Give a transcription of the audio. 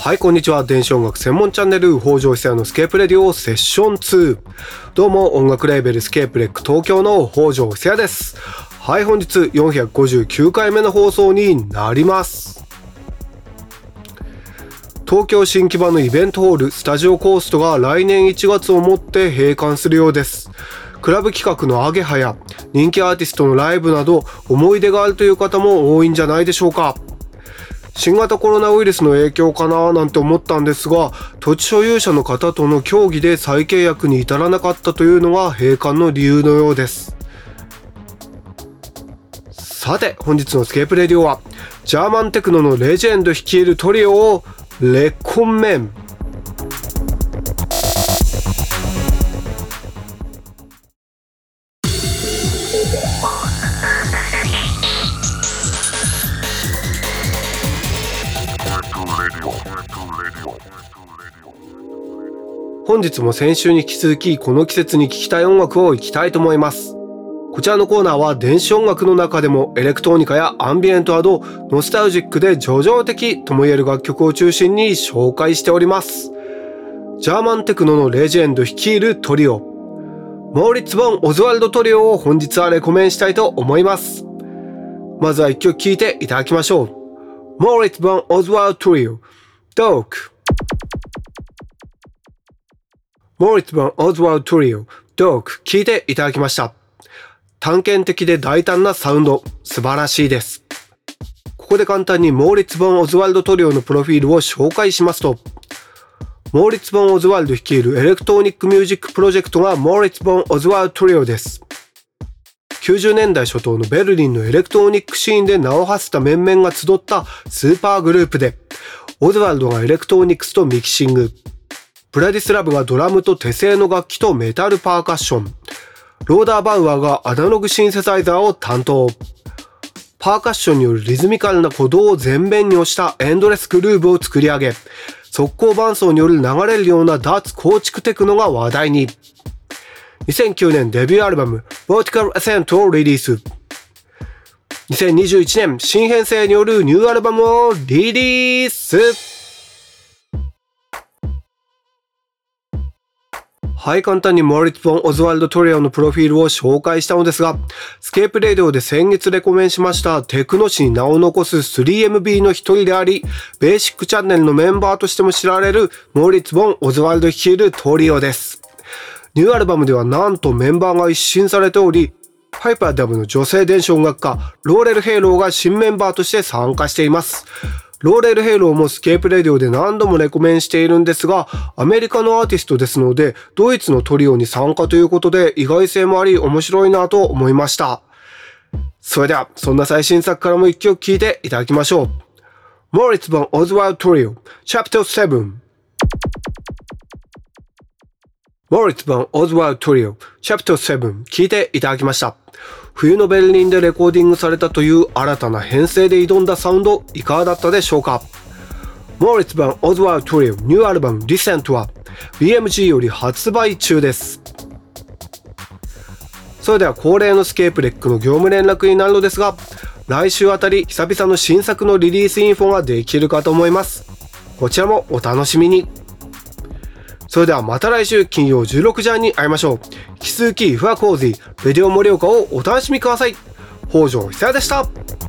はい、こんにちは。電子音楽専門チャンネル北条久也のスケープレディオセッション2。どうも、音楽レーベルスケープレック東京の北条久也です。はい、本日459回目の放送になります。東京新木場のイベントホールスタジオコーストが来年1月をもって閉館するようです。クラブ企画のアゲハや人気アーティストのライブなど思い出があるという方も多いんじゃないでしょうか。新型コロナウイルスの影響かななんて思ったんですが、土地所有者の方との協議で再契約に至らなかったというのが閉館の理由のようです。さて、本日のスケープレディオはジャーマンテクノのレジェンド率いるトリオをレコメン。本日も先週に引き続きこの季節に聴きたい音楽をいきたいと思います。こちらのコーナーは電子音楽の中でもエレクトロニカやアンビエントなどノスタルジックで叙情的とも言える楽曲を中心に紹介しております。ジャーマンテクノのレジェンド率いるトリオモーリッツ・ボン・オズワルドトリオを本日はレコメンしたいと思います。まずは一曲聴いていただきましょう。モーリッツ・ボン・オズワルドトリオドーク。モーリッツ・ボン・オズワルドトリオドーク聴いていただきました。探検的で大胆なサウンド素晴らしいです。ここで簡単にモーリッツ・ボン・オズワルドトリオのプロフィールを紹介しますと、モーリッツ・ボン・オズワルド率いるエレクトロニックミュージックプロジェクトがモーリッツ・ボン・オズワルドトリオです。90年代初頭のベルリンのエレクトロニックシーンで名を馳せた面々が集ったスーパーグループで、オズワルドがエレクトロニクスとミキシング、ブラディスラブがドラムと手製の楽器とメタルパーカッション、ローダー・バウアーがアナログシンセサイザーを担当、パーカッションによるリズミカルな鼓動を前面に押したエンドレスグルーブを作り上げ、速攻伴奏による流れるようなダーツ構築テクノが話題に。2009年デビューアルバム Vertical Ascent をリリース。2021年新編成によるニューアルバムをリリース。はい、簡単にモーリッツ・ボン・オズワルドトリオのプロフィールを紹介したのですが、スケープレディオで先月レコメンしましたテクノ史に名を残す 3MB の一人であり、ベーシックチャンネルのメンバーとしても知られるモーリッツ・ボン・オズワルド率いるトリオです。ニューアルバムではなんとメンバーが一新されており、ハイパーダブの女性電子音楽家ローレル・ヘイローが新メンバーとして参加しています。ローレル・ヘイローもスケープレディオで何度もレコメンしているんですが、アメリカのアーティストですのでドイツのトリオに参加ということで意外性もあり面白いなと思いました。それではそんな最新作からも一曲聴いていただきましょう。モーリッツ・ボン・オズワルドトリオチャプター7。モーリッツ・ボン・オズワルドトリオチャプター7聴いていただきました。冬のベルリンでレコーディングされたという新たな編成で挑んだサウンドいかがだったでしょうか。モーリッツ・ボン・オズワルドトリオニューアルバムリセントは BMG より発売中です。それでは恒例のスケープレックの業務連絡になるのですが、来週あたり久々の新作のリリースインフォができるかと思います。こちらもお楽しみに。それではまた来週金曜16時半に会いましょう。引き続きフワコージーレディオ盛岡をお楽しみください。北条久也でした。